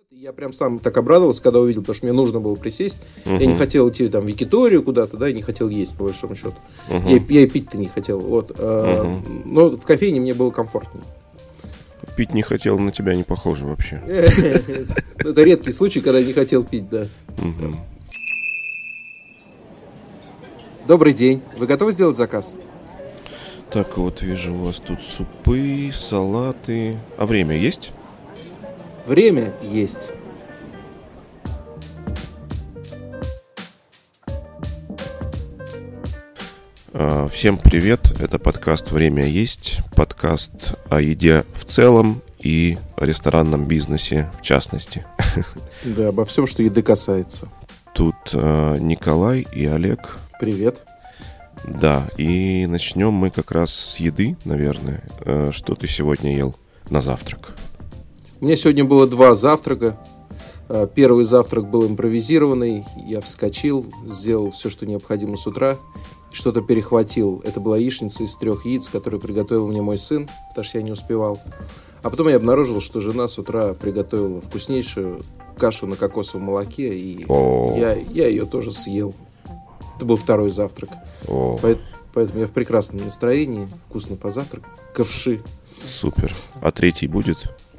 Я прям сам так обрадовался, когда увидел, потому что мне нужно было присесть. Я не хотел идти там в Якиторию куда-то, да, и не хотел есть, по большому счету. Я и пить-то не хотел. Вот. Но в кофейне мне было комфортнее. Пить не хотел, на тебя не похоже вообще. Это редкий случай, когда я не хотел пить, да. Добрый день. Вы готовы сделать заказ? Так, вот вижу, у вас тут супы, салаты. А время есть? Время есть. Всем привет, это подкаст «Время есть», подкаст о еде в целом и о ресторанном бизнесе в частности. Да, обо всем, что еды касается. Тут Николай и Олег. Привет. Да, и начнем мы как раз с еды, наверное. Что ты сегодня ел на завтрак? У меня сегодня было 2 завтрака. Первый завтрак был импровизированный. Я вскочил, сделал все, что необходимо с утра. Что-то перехватил. Это была яичница из 3 яиц, которую приготовил мне мой сын, потому что я не успевал. А потом я обнаружил, что жена с утра приготовила вкуснейшую кашу на кокосовом молоке, и я ее тоже съел. Это был 2-й завтрак. Поэтому я в прекрасном настроении, вкусно позавтракавши. Супер. А 3-й будет?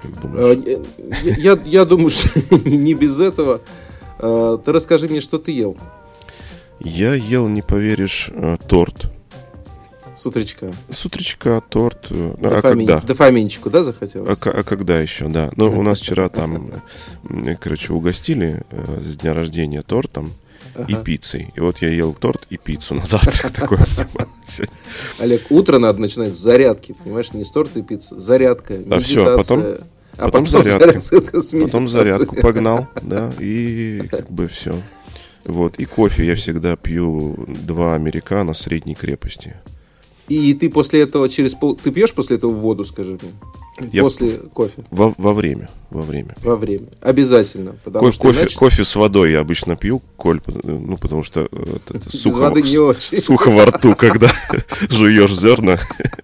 Я думаю, что не без этого. Ты расскажи мне, что ты ел. Я ел, не поверишь, торт. С утречка. С утречка торт. Дофаминчику, да, захотелось? А когда еще, да. Ну, у нас вчера там, угостили с дня рождения тортом и пиццей. И вот я ел торт и пиццу на завтрак такой. Олег, утро надо начинать с зарядки, понимаешь, не с торта и пиццы, зарядка, медитация. Потом зарядка. Потом зарядку погнал, да, и как бы все. Вот, и кофе я всегда пью 2 американо средней крепости. И ты после этого ты пьешь после этого воду, скажи мне? После кофе? Во время. Во время. Обязательно. Кофе с водой я обычно пью, Коль, ну, потому что без воды не очень. Сухо во рту, когда жуешь зерна.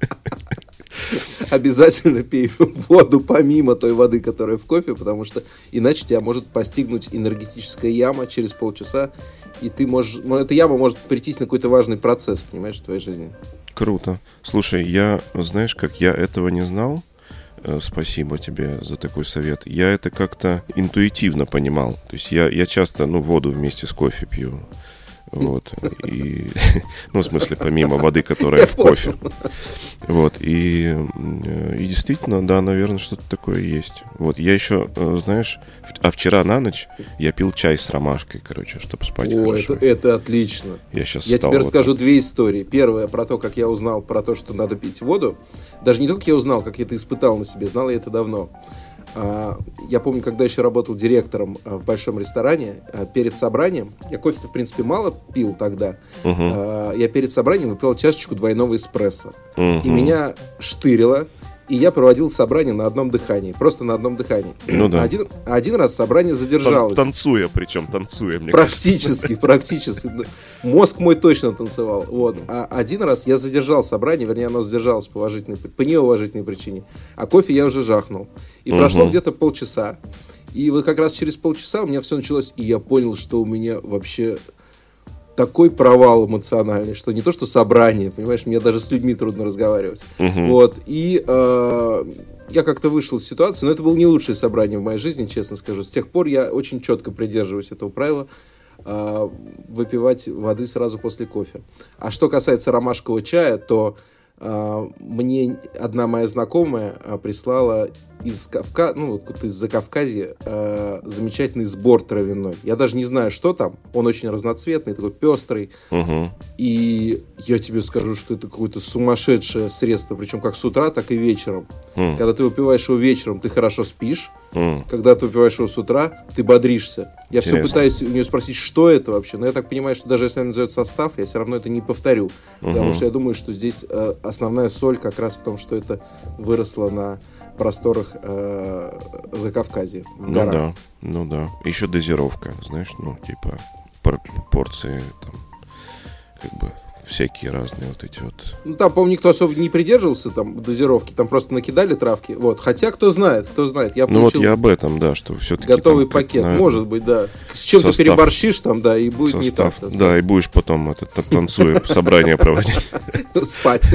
Обязательно пей воду помимо той воды, которая в кофе, потому что иначе тебя может постигнуть энергетическая яма через полчаса, и эта яма может прийтись на какой-то важный процесс, понимаешь, в твоей жизни. Круто. Слушай, знаешь, как я этого не знал, спасибо тебе за такой совет, я это как-то интуитивно понимал, то есть я часто, воду вместе с кофе пью. Вот, и, в смысле, помимо воды, которая в кофе. Вот, и действительно, да, наверное, что-то такое есть. Вот, я еще, знаешь, вчера на ночь я пил чай с ромашкой, чтобы спать хорошо. Это отлично. Я тебе расскажу 2 истории. Первая про то, как я узнал про то, что надо пить воду. Даже не только я узнал, как я это испытал на себе, знал я это давно. Я помню, когда еще работал директором в большом ресторане, перед собранием, я кофе-то, в принципе, мало пил тогда, я перед собранием выпил чашечку двойного эспрессо. И меня штырило, и я проводил собрание на одном дыхании, просто на одном дыхании. Ну да. Один раз собрание задержалось. Танцуя, мне практически. Мозг мой точно танцевал. Вот. А один раз я задержал собрание, вернее, оно задержалось по неуважительной причине. А кофе я уже жахнул. И прошло где-то полчаса. И вот как раз через полчаса у меня все началось, и я понял, что у меня вообще такой провал эмоциональный, что не то, что собрание, понимаешь, мне даже с людьми трудно разговаривать. Вот. И я как-то вышел из ситуации, но это было не лучшее собрание в моей жизни, честно скажу. С тех пор я очень четко придерживаюсь этого правила выпивать воды сразу после кофе. А что касается ромашкового чая, то мне одна моя знакомая прислала из Закавказья замечательный сбор травяной. Я даже не знаю, что там. Он очень разноцветный, такой пестрый. И я тебе скажу, что это какое-то сумасшедшее средство, причем как с утра, так и вечером. Когда ты выпиваешь его вечером, ты хорошо спишь. Когда ты выпиваешь его с утра, ты бодришься. Я все пытаюсь у нее спросить, что это вообще. Но я так понимаю, что даже если она назовет состав, я все равно это не повторю. Потому что я думаю, что здесь основная соль как раз в том, что это выросло на просторах Закавказья, в горах. Ну да. Еще дозировка, знаешь, порции там, всякие разные вот эти вот. Ну, там, по-моему, никто особо не придерживался там дозировки, там просто накидали травки. Вот. Хотя, кто знает. Я Ну вот получил я об этом, да, что все-таки готовый там, пакет. наверное, может быть, да. С чем ты состав. переборщишь там, да, и будет не так. Да, и будешь потом танцуя собрание проводить. Спать.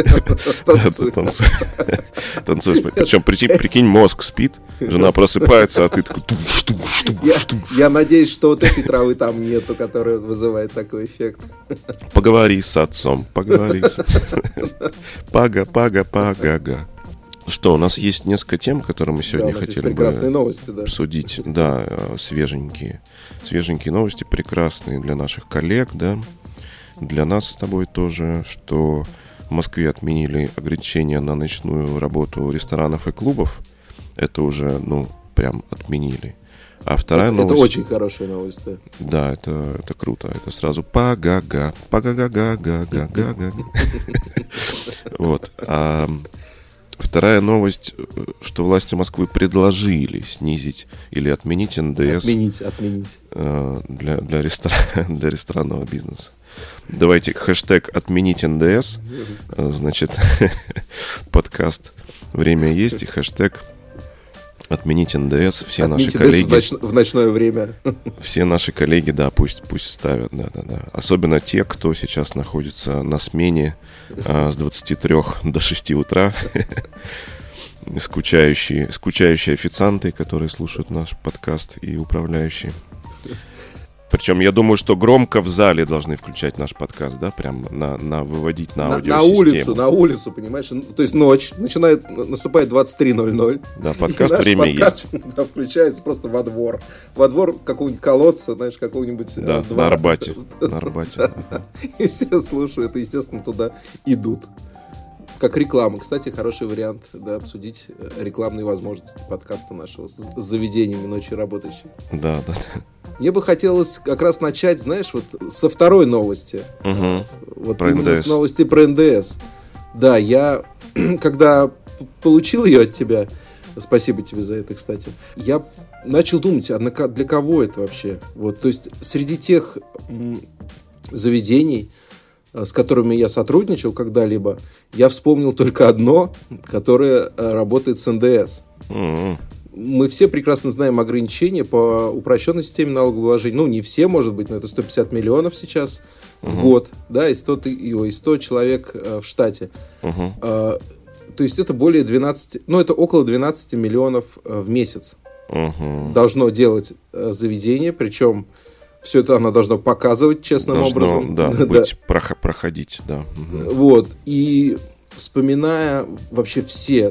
Танцуй спать. Причем, прикинь, мозг спит, жена просыпается, а ты такой... Я надеюсь, что вот этой травы там нету, которая вызывает такой эффект. Поговори с отцом, поговори. Пага. Что, у нас есть несколько тем, которые мы сегодня хотели бы новости, да. обсудить. Да, свеженькие. Свеженькие новости, прекрасные для наших коллег, да. Для нас с тобой тоже, что в Москве отменили ограничения на ночную работу ресторанов и клубов. Это уже, прям отменили. А вторая новость... Это очень хорошая новость, да. Да, это круто. Это сразу пага-га. Вот. А вторая новость, что власти Москвы предложили снизить или отменить НДС. Отменить. Для ресторанного бизнеса. Давайте хэштег «Отменить НДС». Значит, подкаст «Время есть» и хэштег «Отменить НДС». Все отменить наши коллеги... в ночное время. Все наши коллеги, да, пусть ставят, да. Особенно те, кто сейчас находится на смене с 23 до 6 утра. Скучающие официанты, которые слушают наш подкаст, и управляющие. Причем я думаю, что громко в зале должны включать наш подкаст, да, прям выводить на аудиосистему. На улицу, понимаешь? То есть ночь, наступает 23:00. Да, подкаст «Время есть». Да, включается просто во двор. Во двор какого-нибудь колодца, знаешь, какого-нибудь... Да, на Арбате. И все слушают, и, естественно, туда идут. Как реклама. Кстати, хороший вариант, да, обсудить рекламные возможности подкаста нашего с заведениями ночью работающими. Да. Мне бы хотелось как раз начать, знаешь, вот со второй новости. Вот про именно НДС. с новости про НДС. Да, я, когда получил ее от тебя, спасибо тебе за это, кстати, я начал думать, а для кого это вообще? Вот, то есть среди тех заведений, с которыми я сотрудничал когда-либо, я вспомнил только одно, которое работает с НДС. Мы все прекрасно знаем ограничения по упрощенной системе налогообложения. Ну, не все, может быть, но это 150 миллионов сейчас в год, да, и 100 человек в штате. То есть это более 12, это около 12 миллионов в месяц должно делать заведение, причем все это оно должно показывать честным образом. Да, проходить, да. Вот, и вспоминая вообще все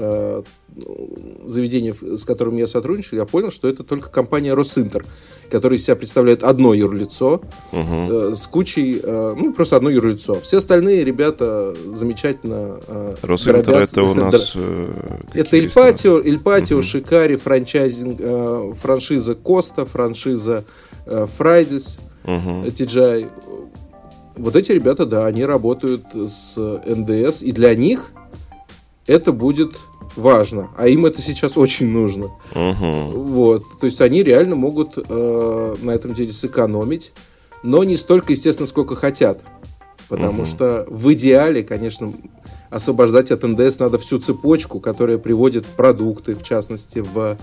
заведения, с которыми я сотрудничал, я понял, что это только компания Росинтер, которая из себя представляет одно юрлицо с кучей, просто одно юрлицо. Все остальные ребята замечательно Росинтер дробят. Это у нас это Иль Патио, Шикари, франшиза Коста, франшиза Фрайдис, TGI. Вот эти ребята, да, они работают с НДС, и для них это будет важно, а им это сейчас очень нужно. Вот, то есть они реально могут на этом деле сэкономить, но не столько, естественно, сколько хотят, потому что в идеале, конечно, освобождать от НДС надо всю цепочку, которая приводит продукты, в частности, в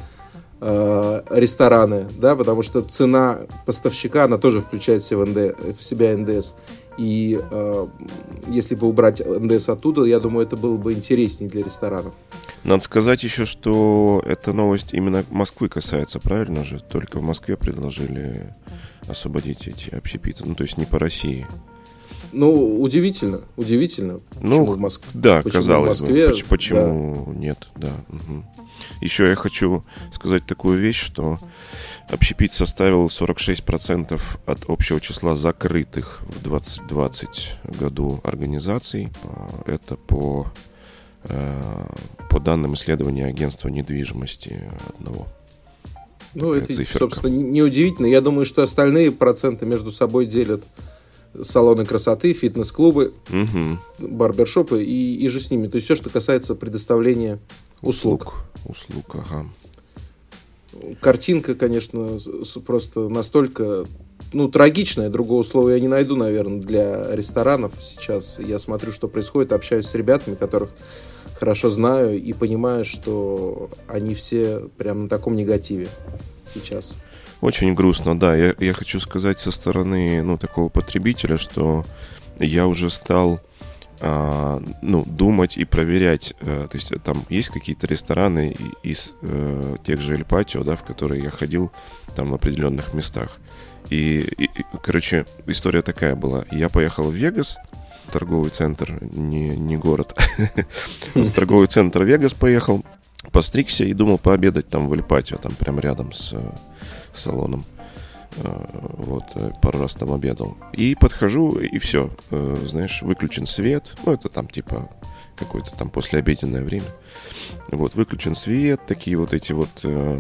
рестораны, да, потому что цена поставщика, она тоже включает в себя НДС. И если бы убрать НДС оттуда, я думаю, это было бы интереснее для ресторанов. Надо сказать еще, что эта новость именно Москвы касается, правильно же? Только в Москве предложили освободить эти общепиты, то есть не по России. Удивительно. Почему в Москве? Да, почему казалось в Москве, бы. Почему нет, да. Еще я хочу сказать такую вещь, что общепит составил 46% от общего числа закрытых в 2020 году организаций. Это по данным исследования агентства недвижимости одного. Это, собственно, неудивительно. Я думаю, что остальные проценты между собой делят салоны красоты, фитнес-клубы, барбершопы и же с ними. То есть все, что касается предоставления услуг. Ага. Картинка, конечно, просто настолько трагичное, другого слова я не найду, наверное, для ресторанов сейчас. Я смотрю, что происходит, общаюсь с ребятами, которых хорошо знаю, и понимаю, что они все прям на таком негативе сейчас. Очень грустно, да. Я хочу сказать со стороны, такого потребителя, что я уже стал думать и проверять. То есть там есть какие-то рестораны из тех же Эль Патио, да, в которые я ходил там в определенных местах. И, короче, история такая была. Я поехал в Вегас, торговый центр, не город. В торговый центр Вегас поехал, постригся и думал пообедать там в Эль Патио, там прям рядом с салоном. Вот, пару раз там обедал. И подхожу, и все. Знаешь, выключен свет. Это там типа какое-то там послеобеденное время. Вот, выключен свет, такие вот эти вот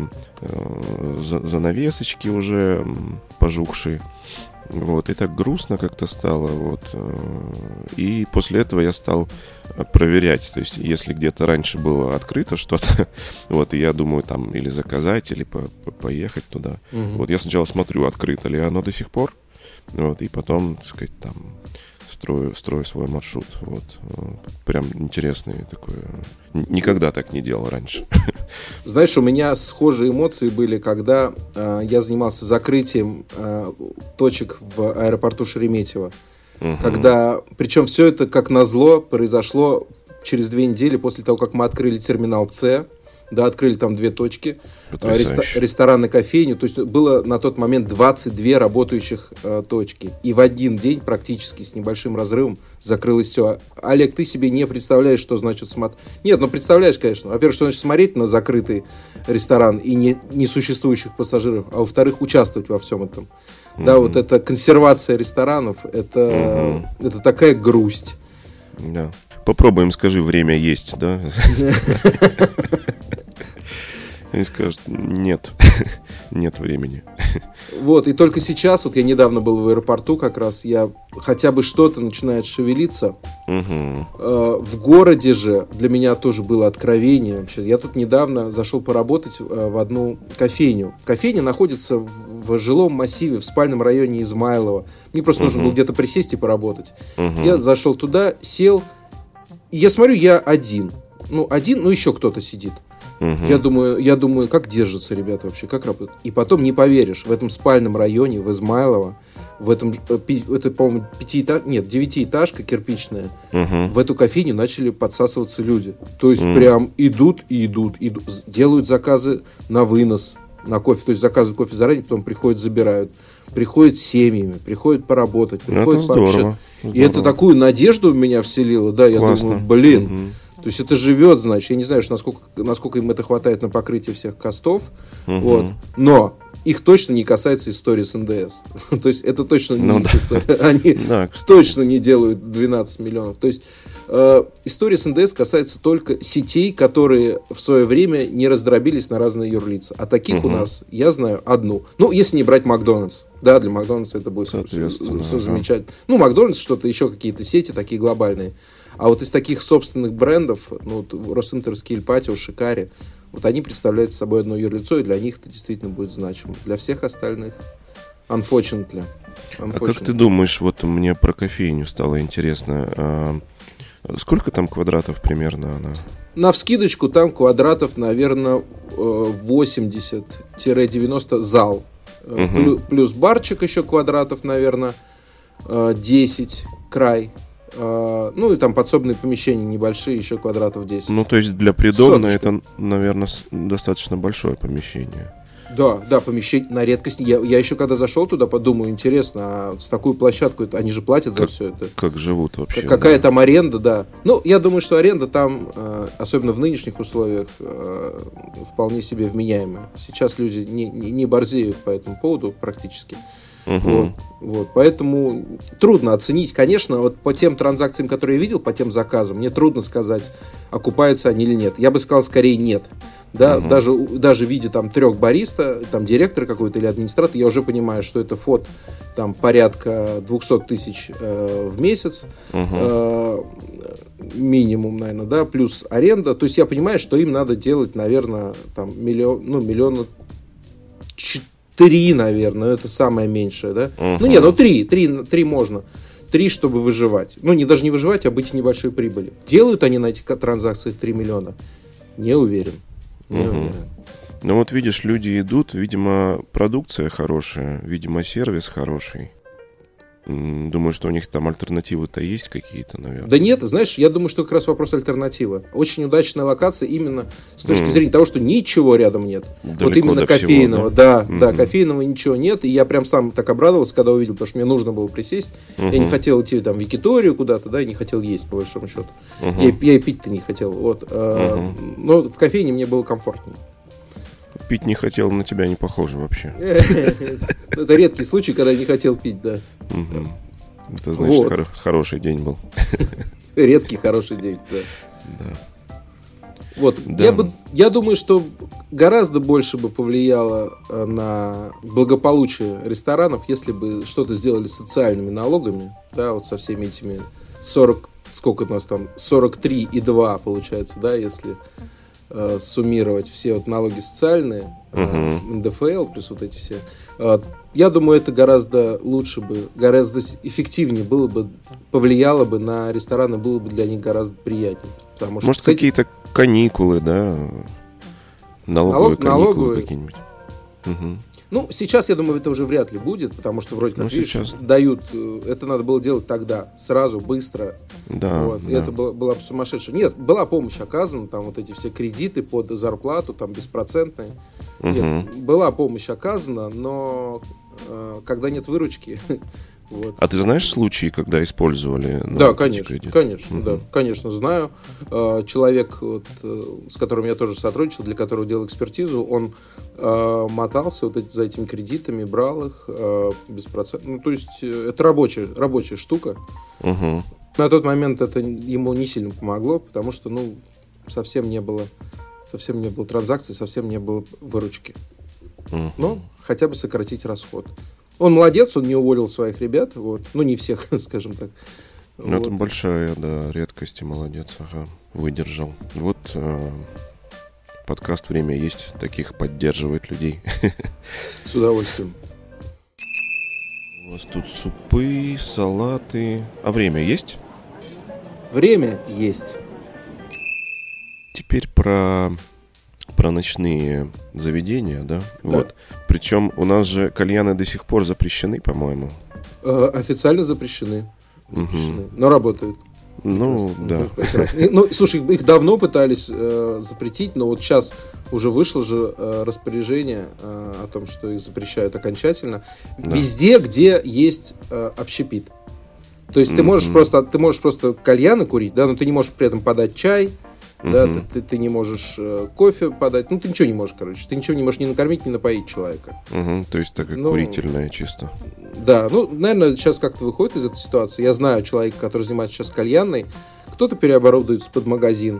занавесочки уже пожухшие. Вот, и так грустно как-то стало. Вот. И после этого я стал проверять. То есть, если где-то раньше было открыто что-то, вот, и я думаю, там, или заказать, или поехать туда. Угу. Вот, я сначала смотрю, открыто ли оно до сих пор. Вот, и потом, так сказать, там, строю свой маршрут. Вот. Прям интересное такое. Никогда так не делал раньше. Знаешь, у меня схожие эмоции были, когда я занимался закрытием точек в аэропорту Шереметьево. Когда, причем все это, как назло, произошло через 2 недели после того, как мы открыли терминал С. Да, открыли там 2 точки, ресторан и кофейню. То есть было на тот момент 22 работающих точки. И в один день практически с небольшим разрывом закрылось все. Олег, ты себе не представляешь, что значит смотреть. Нет, представляешь, конечно. Во-первых, что значит смотреть на закрытый ресторан и несуществующих пассажиров, а во-вторых, участвовать во всем этом. Да, вот эта консервация ресторанов, это такая грусть. Да. Попробуем, скажи, время есть, да? Они скажут, нет времени. Вот, и только сейчас, вот я недавно был в аэропорту как раз, хотя бы что-то начинает шевелиться. В городе же для меня тоже было откровение. Вообще, я тут недавно зашел поработать в одну кофейню. Кофейня находится в жилом массиве, в спальном районе Измайлова. Мне просто нужно было где-то присесть и поработать. Я зашел туда, сел, и я смотрю, я один. Еще кто-то сидит. Я думаю, как держатся ребята вообще, как работают. И потом, не поверишь, в этом спальном районе, в Измайлово, это, по-моему, 9-этажка кирпичная, в эту кофейню начали подсасываться люди. То есть прям идут, делают заказы на вынос, на кофе. То есть заказывают кофе заранее, потом приходят, забирают. Приходят с семьями, приходят поработать, приходят пообщаться. И это такую надежду в меня вселило, да, я думаю, то есть это живет, значит, я не знаю, насколько им это хватает на покрытие всех костов, вот, но их точно не касается истории с НДС. То есть это точно не их история. Они точно не делают 12 миллионов. То есть история с НДС касается только сетей, которые в свое время не раздробились на разные юрлица. А таких у нас, я знаю, одну. Если не брать Макдональдс. Да, для Макдональдса это будет все замечательно. Макдональдс, что-то еще, какие-то сети такие глобальные. А вот из таких собственных брендов, Росинтерский, Эль Патио, Шикари, вот они представляют собой одно юрлицо, и для них это действительно будет значимо. Для всех остальных, unfortunately. А как ты думаешь, вот мне про кофейню стало интересно, сколько там квадратов примерно она? Навскидочку там квадратов, наверное, 80-90 зал. Плюс барчик еще квадратов, наверное, 10 край. И там подсобные помещения небольшие, еще квадратов 10. То есть для придомна это, наверное, достаточно большое помещение. Да, помещение на редкость. Я еще когда зашел туда, подумаю, интересно, а с такой площадкой они же платят за все это. Как живут вообще? Какая там аренда, да. Я думаю, что аренда там, особенно в нынешних условиях, вполне себе вменяемая. Сейчас люди не борзеют по этому поводу практически. Вот, поэтому трудно оценить, конечно, вот по тем транзакциям, которые я видел, по тем заказам, мне трудно сказать, окупаются они или нет. Я бы сказал, скорее нет. Да, даже видя там 3 бариста, там директор какой-то или администратор, я уже понимаю, что это фот там порядка 200 тысяч в месяц, минимум, наверное, да, плюс аренда. То есть я понимаю, что им надо делать, наверное, там миллиона 3, наверное, это самое меньшее, да? Ну, нет, 3 можно. 3, чтобы выживать. Ну, даже не выживать, а быть в небольшой прибыли. Делают они на этих транзакциях 3 миллиона? Не уверен. Не уверен. Ну, вот видишь, люди идут, видимо, продукция хорошая, видимо, сервис хороший. Думаю, что у них там альтернативы-то есть какие-то, наверное. Да нет, знаешь, я думаю, что как раз вопрос альтернативы. Очень удачная локация именно с точки зрения того, что ничего рядом нет. Далеко вот именно кофейного, всего, да, кофейного ничего нет. И я прям сам так обрадовался, когда увидел, потому что мне нужно было присесть. Я не хотел идти там в Якиторию куда-то, да, и не хотел есть, по большому счету. Я и пить-то не хотел. Вот. Но в кофейне мне было комфортнее. Пить не хотел, на тебя не похоже вообще. Это редкий случай, когда я не хотел пить, да. Это значит, хороший день был. Редкий хороший день, да. Вот, я думаю, что гораздо больше бы повлияло на благополучие ресторанов, если бы что-то сделали с социальными налогами, да, вот со всеми этими 40, сколько у нас там, 43,2 получается, да, если суммировать все вот налоги социальные, НДФЛ, плюс вот эти все. Я думаю, это гораздо лучше бы, гораздо эффективнее было бы, повлияло бы на рестораны, было бы для них гораздо приятнее. Потому что, может, какие-то каникулы, да? Налоговые каникулы какие-нибудь. Ну, сейчас, я думаю, это уже вряд ли будет, потому что вроде как, видишь, дают, это надо было делать тогда, сразу, быстро. Да, вот. Да. И это была бы сумасшедшая. Нет, была помощь оказана, там вот эти все кредиты под зарплату, там беспроцентные. Нет, была помощь оказана, но когда нет выручки... Вот. А ты знаешь случаи, когда использовали? Да, конечно, знаю. Человек, вот, с которым я тоже сотрудничал, для которого делал экспертизу, он мотался вот за этими кредитами, брал их беспроцентно. Ну, то есть это рабочая штука. На тот момент это ему не сильно помогло, потому что совсем не было транзакций, совсем не было выручки. Но хотя бы сократить расход. Он молодец, он не уволил своих ребят, вот. Ну, не всех, скажем так. Ну, вот. Это большая, да, редкость, и молодец, выдержал. Вот подкаст «Время есть», таких поддерживает людей. С удовольствием. У вас тут супы, салаты. А время есть? Время есть. Теперь про ночные заведения, да? Вот. Причем у нас же кальяны до сих пор запрещены, по-моему. Официально запрещены. Но работают. Ну, да. Ну, слушай, их давно пытались запретить, но вот сейчас уже вышло же распоряжение о том, что их запрещают окончательно. Да. Везде, где есть общепит. То есть ты можешь просто кальяны курить, да, но ты не можешь при этом подать чай. Да, ты не можешь кофе подать, ты ничего не можешь, короче. Ты ничего не можешь ни накормить, ни напоить человека. То есть так как курительное чисто. Да, наверное, сейчас как-то выходит из этой ситуации. Я знаю человека, который занимается сейчас кальянной. Кто-то переоборудуется под магазин,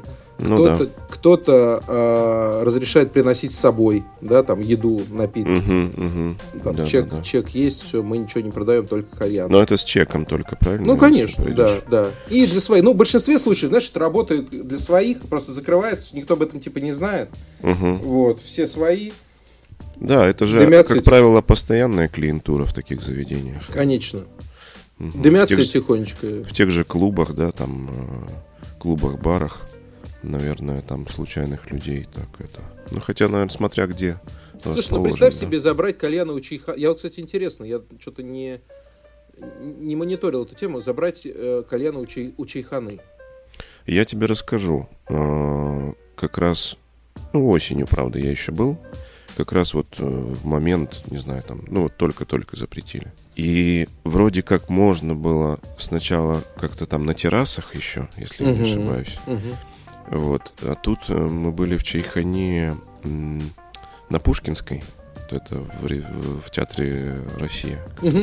кто-то разрешает приносить с собой, да, там, еду, напитки. Там, чек есть, все, мы ничего не продаем, только кальян. Но это с чеком только, правильно? Ну, конечно, да. И для своих, в большинстве случаев, знаешь, это работает для своих, просто закрывается, никто об этом типа не знает. Вот, все свои. Да, это же, как правило, постоянная клиентура в таких заведениях. Конечно. Дымятся тихонечко. В тех же клубах, да, там, клубах-барах, наверное, там случайных людей так это. Ну, хотя, наверное, смотря где. Слушай, представь себе забрать кальяна у чайханы. Я вот, кстати, интересно, я что-то не мониторил эту тему, забрать кальяна у чайханы. Я тебе расскажу. Как раз, осенью, правда, я еще был. Как раз вот в момент, не знаю, там, вот только-только запретили. И вроде как можно было сначала как-то там на террасах еще, если я не ошибаюсь. Вот. А тут мы были в чайхане на Пушкинской. Это в театре «Россия».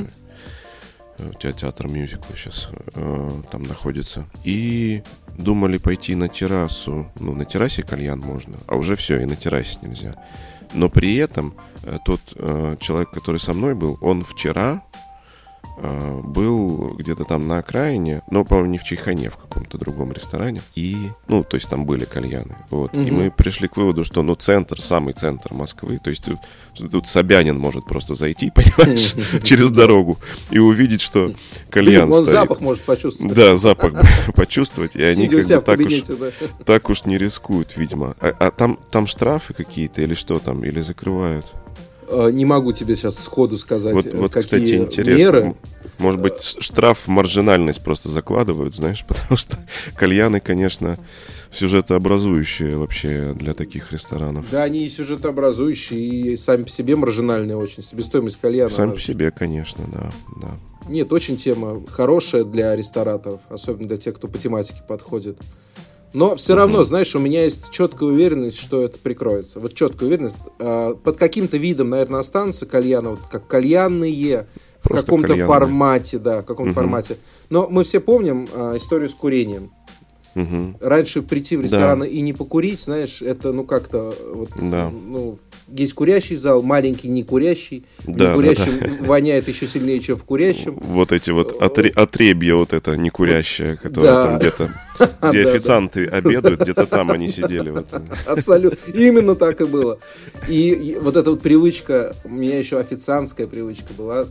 Театр мюзикла сейчас там находится. И думали пойти на террасу. На террасе кальян можно, а уже все, и на террасе нельзя. Но при этом тот человек, который со мной был, он вчера был где-то там на окраине, но, по-моему, не в Чайхане, в каком-то другом ресторане. И, ну, то есть там были кальяны. Вот. И мы пришли к выводу, что, ну, центр, самый центр Москвы, то есть тут Собянин может просто зайти, понимаешь, через дорогу и увидеть, что кальян он стоит. запах может почувствовать. Да, запах почувствовать. И они как бы так уж не рискуют, видимо. А там штрафы какие-то или что там? Или закрывают? Не могу тебе сейчас сходу сказать, вот, какие кстати, интересно. меры. Может быть, штраф в маржинальность просто закладывают, знаешь, потому что кальяны, конечно, сюжетообразующие вообще для таких ресторанов. Да, они и сюжетообразующие, и сами по себе маржинальные очень. Себестоимость кальяна. Сами по себе, конечно, да. Нет, очень тема хорошая для рестораторов, особенно для тех, кто по тематике подходит. Но все равно, знаешь, у меня есть четкая уверенность, что это прикроется. Вот четкая уверенность. Под каким-то видом, наверное, останутся кальяны, вот как кальянные, в каком-то формате, да, в каком-то формате. Но мы все помним историю с курением. Раньше прийти в ресторан и не покурить, знаешь, это, ну, как-то вот, ну, есть курящий зал, маленький не курящий. Не курящим воняет еще сильнее, чем в курящем. Вот эти вот отребья вот это не курящее, которое там где-то, где официанты обедают, где-то там они сидели. Абсолютно. Именно так и было. И вот эта вот привычка, у меня еще официантская привычка была,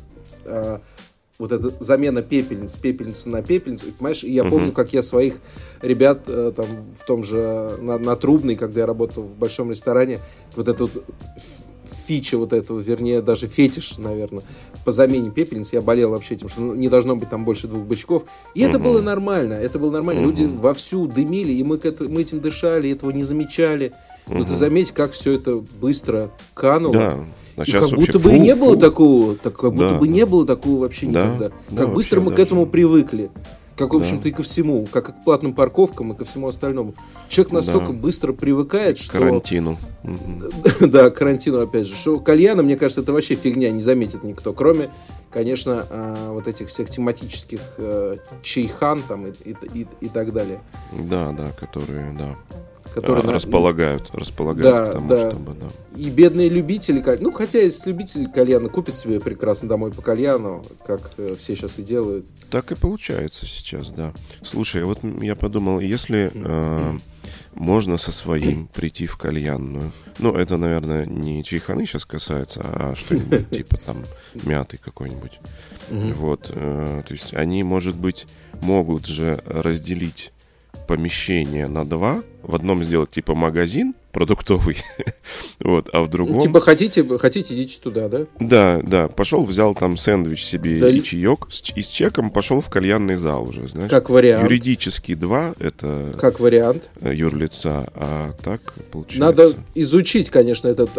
вот эта замена пепельницы на пепельницу, понимаешь, и я помню, как я своих ребят там в том же на Трубной, когда я работал в большом ресторане, вот эта вот фича вот этого, вернее, даже фетиш, наверное, по замене пепельниц, я болел вообще этим, что не должно быть там больше 2 бычков, и это было нормально, люди вовсю дымили, и мы этим дышали, этого не замечали, но ты заметь, как все это быстро кануло. Да. А как будто бы и не было такого, как будто бы не было такого вообще никогда. Как быстро мы к этому привыкли. Как, в общем-то, и ко всему. Как и к платным парковкам, и ко всему остальному. Человек настолько быстро привыкает, что... К карантину. Да, к карантину, опять же. Что кальяна, мне кажется, это вообще фигня, не заметит никто. Кроме, конечно, вот этих всех тематических чайхан там и так далее. Да, которые располагают к тому, чтобы... Да. И бедные любители кальяна. Ну, хотя если любители кальяна купят себе прекрасно домой по кальяну, как все сейчас и делают. Так и получается сейчас, да. Слушай, вот я подумал, если можно со своим прийти в кальянную, ну, это, наверное, не чайханы сейчас касается, а что-нибудь типа там мяты какой-нибудь. Вот, то есть они, может быть, могут же разделить помещение на 2, в одном сделать типа магазин продуктовый, вот, а в другом... Типа хотите, идите туда, да? Да, пошел, взял там сэндвич себе и чаек, и с чеком пошел в кальянный зал уже, знаешь. Как вариант. Юридически 2, это... Как вариант. Юрлица, а так получается... Надо изучить, конечно, этот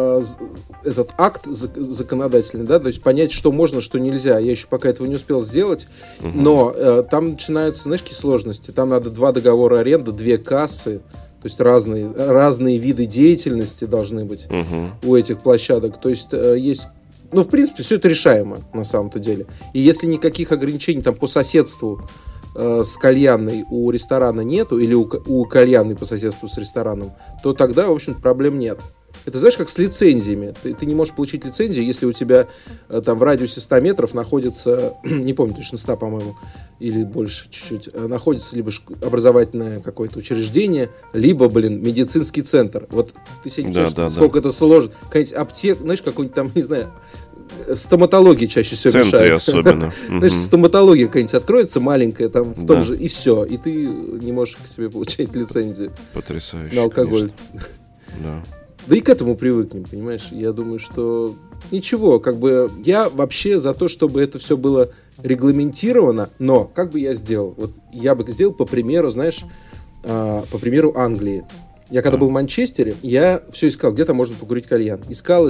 акт законодательный, да, то есть понять, что можно, что нельзя. Я еще пока этого не успел сделать, но там начинаются, знаешь, какие сложности. Там надо 2 договора аренды, 2 кассы, то есть разные виды деятельности должны быть у этих площадок. То есть есть... Ну, в принципе, все это решаемо на самом-то деле. И если никаких ограничений там по соседству с кальянной у ресторана нету, или у кальянной по соседству с рестораном, то тогда, в общем-то, проблем нет. Это знаешь, как с лицензиями. Ты не можешь получить лицензию, если у тебя там в радиусе 100 метров находится, не помню точно, 100, по-моему, или больше чуть-чуть, находится либо образовательное какое-то учреждение, либо, медицинский центр. Вот ты себе не представляешь, сколько это сложно. Какая-нибудь аптека, знаешь, какой-нибудь там, не знаю, стоматология чаще всего мешает. В центре особенно. Знаешь, стоматология какая-нибудь откроется маленькая там в том же, и все. И ты не можешь к себе получать лицензию. Потрясающе. На алкоголь. Да. Да и к этому привыкнем, понимаешь? Я думаю, что ничего, я вообще за то, чтобы это все было регламентировано, но как бы я сделал? Вот я бы сделал по примеру, знаешь, по примеру Англии. Я когда был в Манчестере, я все искал, где-то можно покурить кальян. Искал,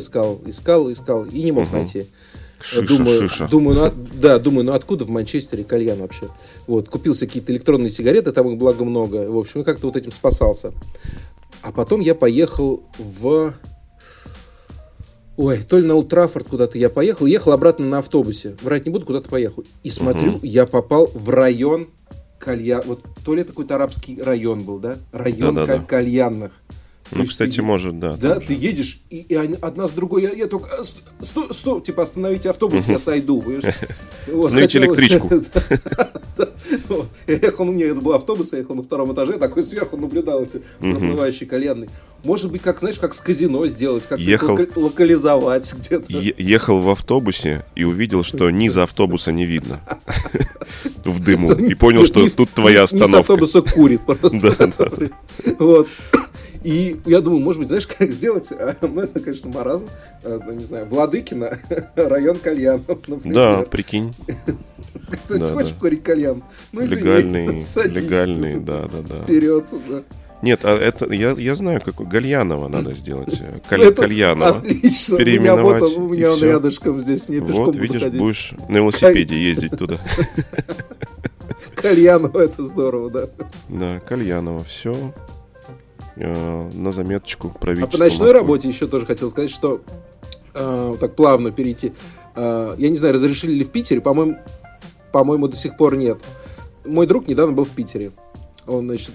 и не мог найти. Думаю, откуда в Манчестере кальян вообще? Вот, купил какие-то электронные сигареты, там их благо много. В общем, и как-то вот этим спасался. А потом я поехал то ли на Олд Траффорд куда-то я поехал, ехал обратно на автобусе. Врать не буду, куда-то поехал. И смотрю, я попал в район кальян. Вот то ли это какой-то арабский район был, да? Район кальянных. Ну, кстати, может, да. Да, ты едешь, и одна с другой, я только, стоп, типа, остановите автобус, я сойду, понимаешь? Остановите электричку. Я ехал, у меня это был автобус, я ехал на втором этаже, такой сверху наблюдал эти проплывающие кальянные. Может быть, как, знаешь, как с казино сделать, как локализовать где-то. Ехал в автобусе и увидел, что низа автобуса не видно в дыму. И понял, что тут твоя остановка. Низ автобуса курит просто. Вот. И я думаю, может быть, знаешь, как сделать? Ну, это, конечно, маразм. Не знаю, Владыкино, район кальянов, например. Да, прикинь. Ты хочешь курить кальян? Ну, извини, легальный, да. Вперед, да. Нет, а это я знаю, какой Гальянова надо сделать. Кальянова. Отлично. У меня он рядышком здесь, мне пешком буду ходить. Вот, видишь, будешь на велосипеде ездить туда. Кальянова, это здорово, да. Да, Кальянова, все. На заметочку правительства. А по ночной работе еще тоже хотел сказать, что так плавно перейти. Я не знаю, разрешили ли в Питере, по-моему, до сих пор нет. Мой друг недавно был в Питере. Он, значит,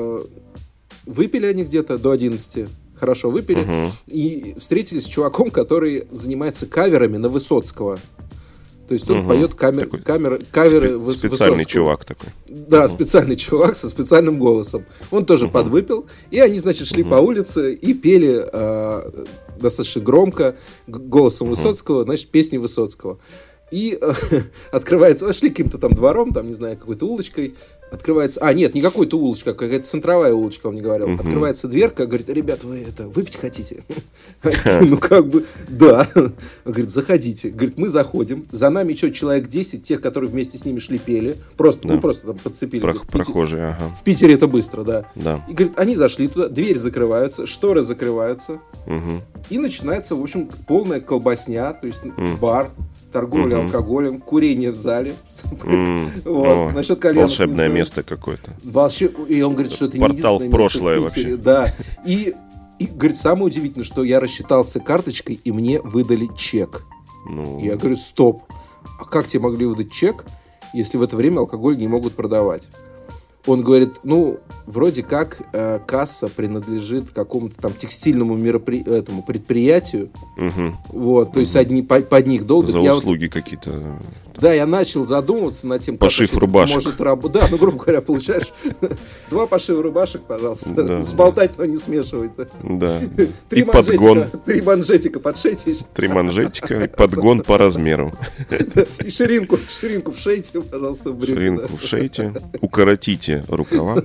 выпили они где-то до 11. Хорошо выпили. И встретились с чуваком, который занимается каверами на Высоцкого. То есть он поет каверы Высоцкого. Специальный чувак такой. Да, специальный чувак со специальным голосом. Он тоже подвыпил. И они, значит, шли по улице и пели достаточно громко голосом Высоцкого, значит, песни Высоцкого. И открывается, шли каким-то там двором, там, не знаю, какой-то улочкой. Открывается, нет, не какой-то улочка, какая-то центровая улочка, он мне говорил. Открывается дверка, говорит: ребят, вы выпить хотите? Ну, как бы, да. Он говорит: заходите. Говорит, мы заходим, за нами еще человек 10, тех, которые вместе с ними шли, пели. Просто там подцепили. Прохожие, ага. В Питере это быстро, да. Да. И, говорит, они зашли туда, дверь закрываются, шторы закрываются. И начинается, в общем, полная колбасня, то есть бар. Торговля алкоголем, курение в зале. Вот. Насчет кальянов, волшебное место какое-то. И он говорит, что это не портал в прошлое место в Питере. вообще. Да. И говорит, самое удивительное, что я рассчитался карточкой, и мне выдали чек. Я говорю: стоп, а как тебе могли выдать чек, если в это время алкоголь не могут продавать? Он говорит: вроде как касса принадлежит какому-то там текстильному предприятию. Вот, то есть одни под них долбят. За услуги какие-то. Да, я начал задумываться над тем, пошив как рубашек. Может работать. Да, грубо говоря, получаешь 2 пошива рубашек, пожалуйста. Сболтать, но не смешивать. Да. 3 манжетика подшейте. 3 манжетика и подгон по размеру. И ширинку вшейте, пожалуйста, в брюки. Ширинку вшейте, укоротите рукава.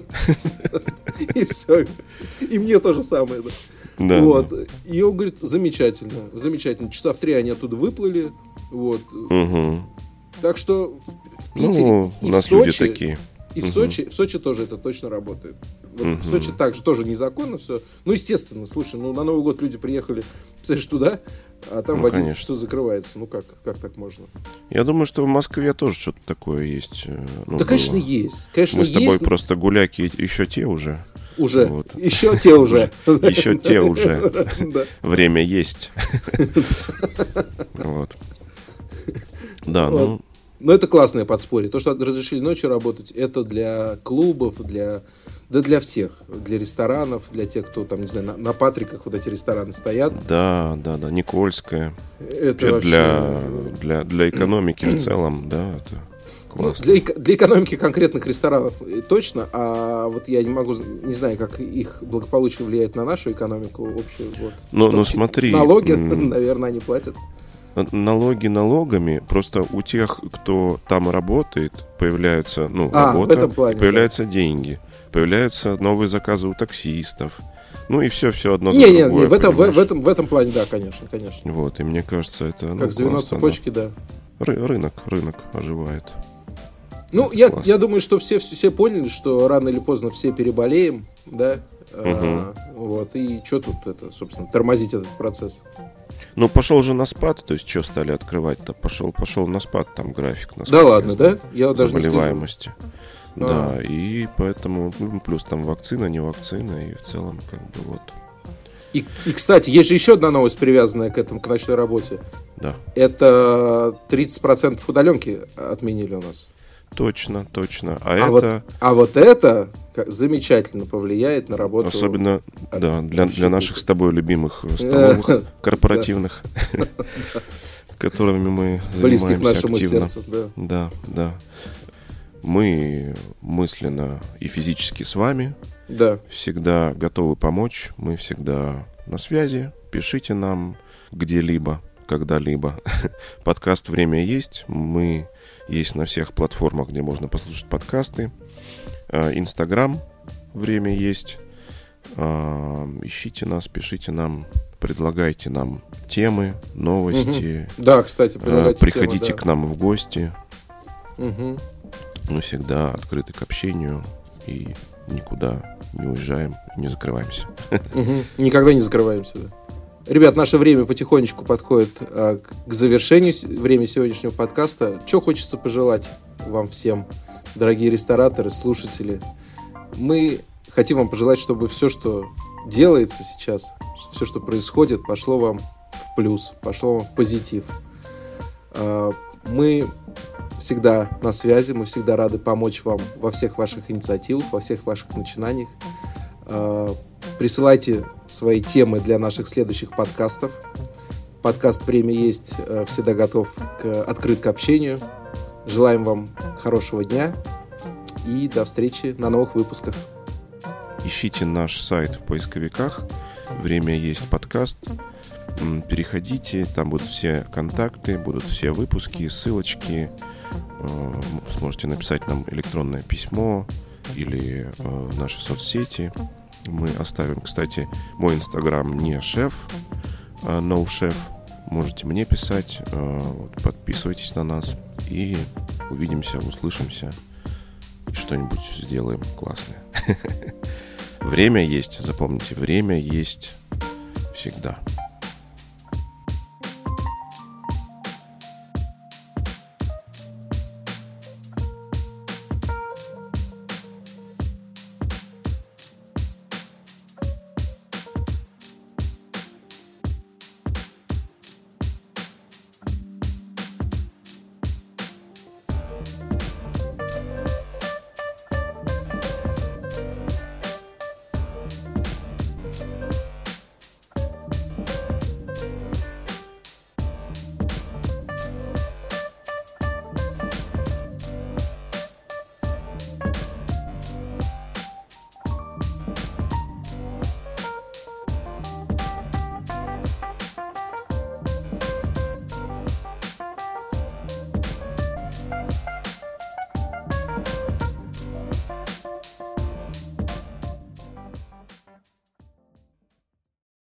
И все. И мне то же самое. Да. Вот. И он говорит: замечательно. Часа в 3 они оттуда выплыли. Вот. Так что в Питере и в Сочи такие. И в Сочи тоже это точно работает. Вот в Сочи также тоже незаконно все. Естественно, слушай, на Новый год люди приехали, представляешь, туда, а там в 11 все закрывается. Как так можно? Я думаю, что в Москве тоже что-то такое есть. Да, конечно, есть. Мы с тобой просто гуляки еще те уже. Еще те уже. Еще те уже. Время есть. Вот. Да, Но это классное подспорье. То, что разрешили ночью работать, это для клубов, для всех. Для ресторанов, для тех, кто там, не знаю, на Патриках вот эти рестораны стоят. Да, Никольская. Это для экономики в целом, да, это классно. Для экономики конкретных ресторанов точно, а вот я не знаю, как их благополучие влияет на нашу экономику общую. Вот. Смотри. Налоги, наверное, они платят. Налоги налогами, просто у тех, кто там работает, появляется работа, в этом плане, появляются деньги, появляются новые заказы у таксистов. И все одно за другое. В этом плане, да, конечно. Вот, и мне кажется, это как звено цепочки, да. Рынок оживает. Я думаю, что все поняли, что рано или поздно все переболеем, да. Вот, и что тут собственно, тормозить этот процесс? Пошел же на спад, то есть что стали открывать-то? Пошел на спад, там график на спад. Да ладно, да? Я даже не заболеваемости. Да, и поэтому, плюс там вакцина, не вакцина, и в целом вот. И, кстати, есть же еще одна новость, привязанная к ночной работе. Да. Это 30% удаленки отменили у нас. Точно. А вот это замечательно повлияет на работу. Особенно, для наших с тобой любимых столовых корпоративных, которыми мы близких занимаемся нашему активно. сердцу, да. Да. Мы мысленно и физически с вами. Да. Всегда готовы помочь. Мы всегда на связи. Пишите нам где-либо, когда-либо. Подкаст «Время есть». Мы есть на всех платформах, где можно послушать подкасты. Инстаграм «Время есть». Ищите нас, пишите нам, предлагайте нам темы, новости. Да, кстати, предлагайте приходите темы, да. к нам в гости. Угу. Мы всегда открыты к общению и никуда не уезжаем, не закрываемся. Никогда не закрываемся, да. Ребят, наше время потихонечку подходит к завершению. Время сегодняшнего подкаста. Что хочется пожелать вам всем, дорогие рестораторы, слушатели? Мы хотим вам пожелать, чтобы все, что делается сейчас, все, что происходит, пошло вам в плюс, пошло вам в позитив. Мы всегда на связи, мы всегда рады помочь вам во всех ваших инициативах, во всех ваших начинаниях. Присылайте свои темы для наших следующих подкастов. Подкаст «Время есть» всегда готов, открыт к общению. Желаем вам хорошего дня и до встречи на новых выпусках. Ищите наш сайт в поисковиках. «Время есть» подкаст. Переходите, там будут все контакты, будут все выпуски, ссылочки. Сможете написать нам электронное письмо или наши соцсети. Мы оставим, кстати, мой инстаграм не шеф, no chef. Можете мне писать, подписывайтесь на нас и увидимся, услышимся и что-нибудь сделаем классное. Время есть, запомните, время есть всегда.